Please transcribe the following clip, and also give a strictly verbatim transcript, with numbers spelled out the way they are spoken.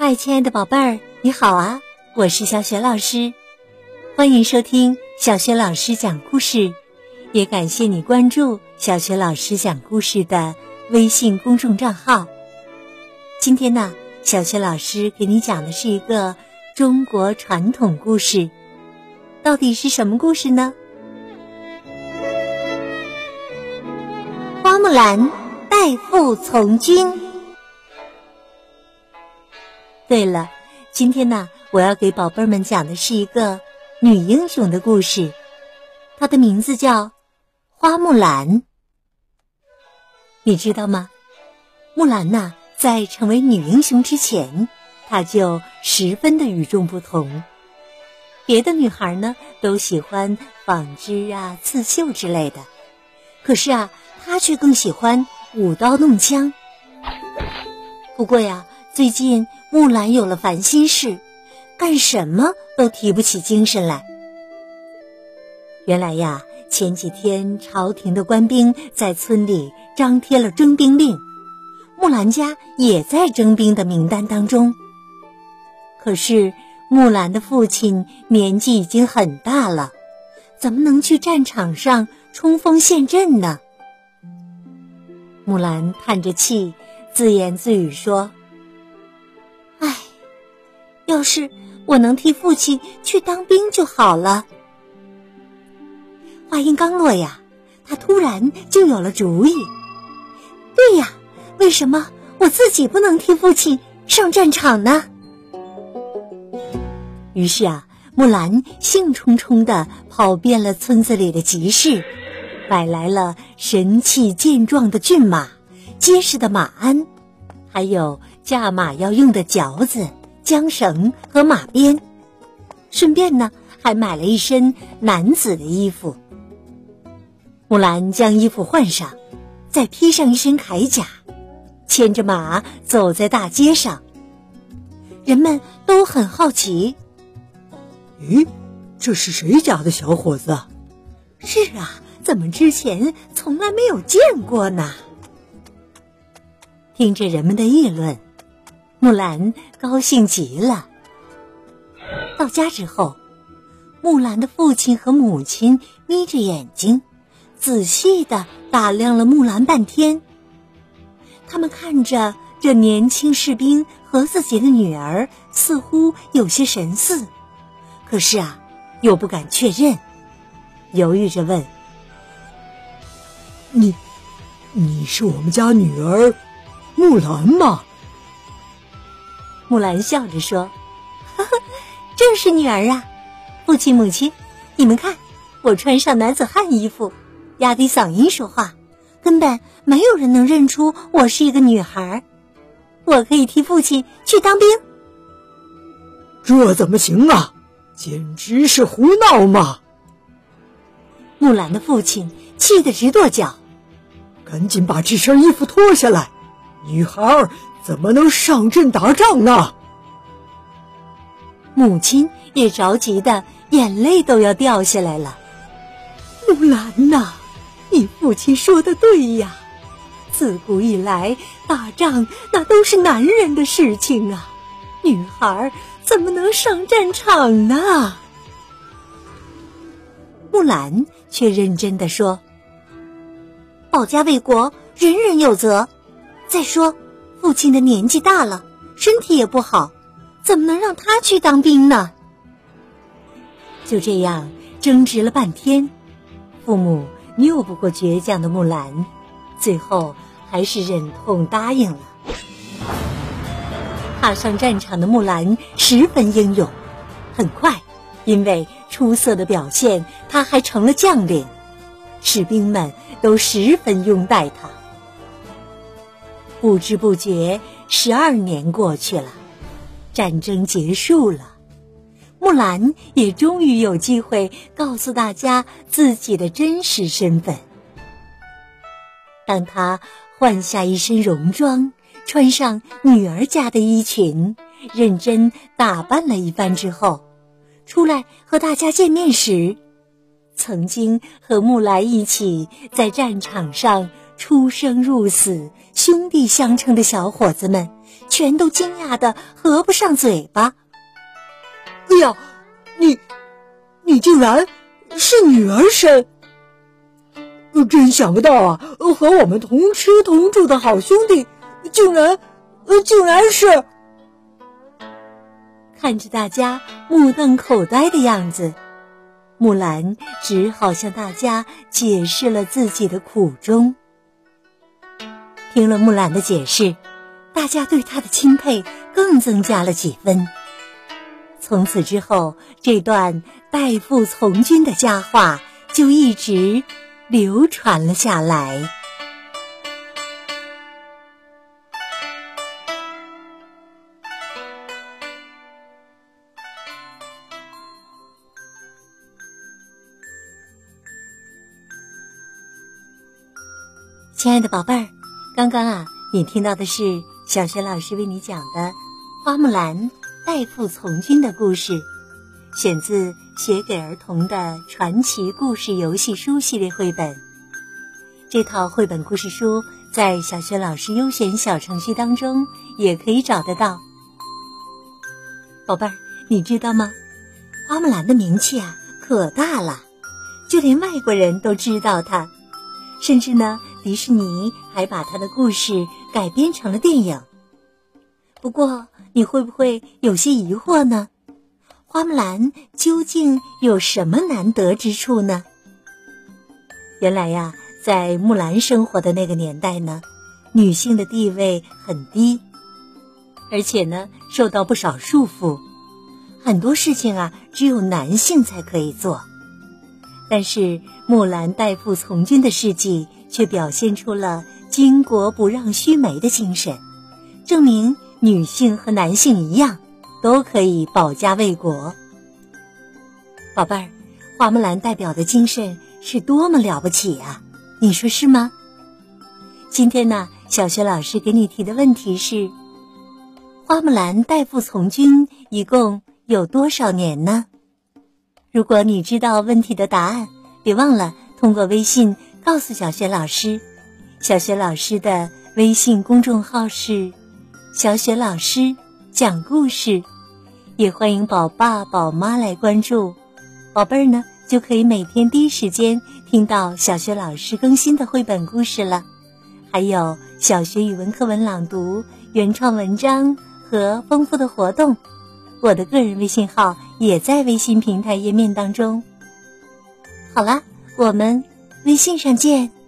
嗨，亲爱的宝贝儿，你好啊！我是小雪老师，欢迎收听小雪老师讲故事，也感谢你关注小雪老师讲故事的微信公众账号。今天呢，小雪老师给你讲的是一个中国传统故事，到底是什么故事呢？花木兰代父从军。对了，今天呢，我要给宝贝们讲的是一个女英雄的故事，她的名字叫花木兰。你知道吗？木兰呐，在成为女英雄之前，她就十分的与众不同。别的女孩呢，都喜欢纺织啊、刺绣之类的，可是啊，她却更喜欢舞刀弄枪。不过呀，最近木兰有了烦心事，干什么都提不起精神来。原来呀，前几天朝廷的官兵在村里张贴了征兵令，木兰家也在征兵的名单当中。可是木兰的父亲年纪已经很大了，怎么能去战场上冲锋陷阵呢？木兰叹着气，自言自语说：唉，要是我能替父亲去当兵就好了。话音刚落呀，他突然就有了主意。对呀，为什么我自己不能替父亲上战场呢？于是啊，木兰兴冲冲地跑遍了村子里的集市，买来了神气健壮的骏马、结实的马鞍，还有驾马要用的嚼子、缰绳和马鞭，顺便呢还买了一身男子的衣服。木兰将衣服换上，再披上一身铠甲，牵着马走在大街上。人们都很好奇， 咦，这是谁家的小伙子？ 是啊，怎么之前从来没有见过呢？听着人们的议论，木兰高兴极了。到家之后，木兰的父亲和母亲眯着眼睛，仔细地打量了木兰半天。他们看着这年轻士兵和自己的女儿，似乎有些神似，可是啊，又不敢确认，犹豫着问： 你你是我们家女儿木兰吗？ 木兰笑着说：呵呵，正是女儿啊。父亲母亲，你们看，我穿上男子汉衣服，压低嗓音说话，根本没有人能认出我是一个女孩。我可以替父亲去当兵。 这怎么行啊，简直是胡闹嘛！ 木兰的父亲气得直跺脚， 赶紧把这身衣服脱下来，女孩怎么能上阵打仗呢？ 母亲也着急的眼泪都要掉下来了。木兰呐，你父亲说的对呀，自古以来打仗那都是男人的事情啊，女孩怎么能上战场呢？木兰却认真地说：保家卫国，人人有责。再说父亲的年纪大了，身体也不好，怎么能让他去当兵呢？就这样争执了半天，父母拗不过倔强的木兰，最后还是忍痛答应了。踏上战场的木兰十分英勇，很快因为出色的表现，她还成了将领，士兵们都十分拥戴她。不知不觉十二年过去了，战争结束了，木兰也终于有机会告诉大家自己的真实身份。当她换下一身戎装，穿上女儿家的衣裙，认真打扮了一番之后，出来和大家见面时，曾经和木兰一起在战场上出生入死、兄弟相称的小伙子们，却全都惊讶得合不上嘴巴。 哎呀，你你竟然是女儿身！真想不到啊，和我们同吃同住的好兄弟，竟然呃竟然是…… 看着大家目瞪口呆的样子，木兰只好向大家解释了自己的苦衷。听了木兰的解释，大家对她的钦佩更增加了几分。从此之后，这段代父从军的佳话就一直流传了下来。亲爱的宝贝儿，刚刚啊，你听到的是小学老师为你讲的花木兰代父从军的故事，选自写给儿童的传奇故事游戏书系列绘本。这套绘本故事书在小学老师优选小程序当中也可以找得到。宝贝儿，你知道吗？花木兰的名气啊可大了，就连外国人都知道她，甚至呢迪士尼还把她的故事改编成了电影。不过你会不会有些疑惑呢？花木兰究竟有什么难得之处呢？原来呀，在木兰生活的那个年代呢，女性的地位很低，而且呢受到不少束缚，很多事情啊只有男性才可以做。但是木兰代父从军的事迹却表现出了巾帼不让须眉的精神，证明女性和男性一样都可以保家卫国。宝贝儿，花木兰代表的精神是多么了不起啊，你说是吗？今天呢，小学老师给你提的问题是：花木兰代父从军一共有多少年呢？如果你知道问题的答案，别忘了通过微信告诉小学老师。小学老师的微信公众号是小雪老师讲故事，也欢迎宝爸宝妈来关注。宝贝儿呢，就可以每天第一时间听到小学老师更新的绘本故事了，还有小学语文课文朗读、原创文章和丰富的活动。我的个人微信号也在微信平台页面当中。好啦，我们微信上见。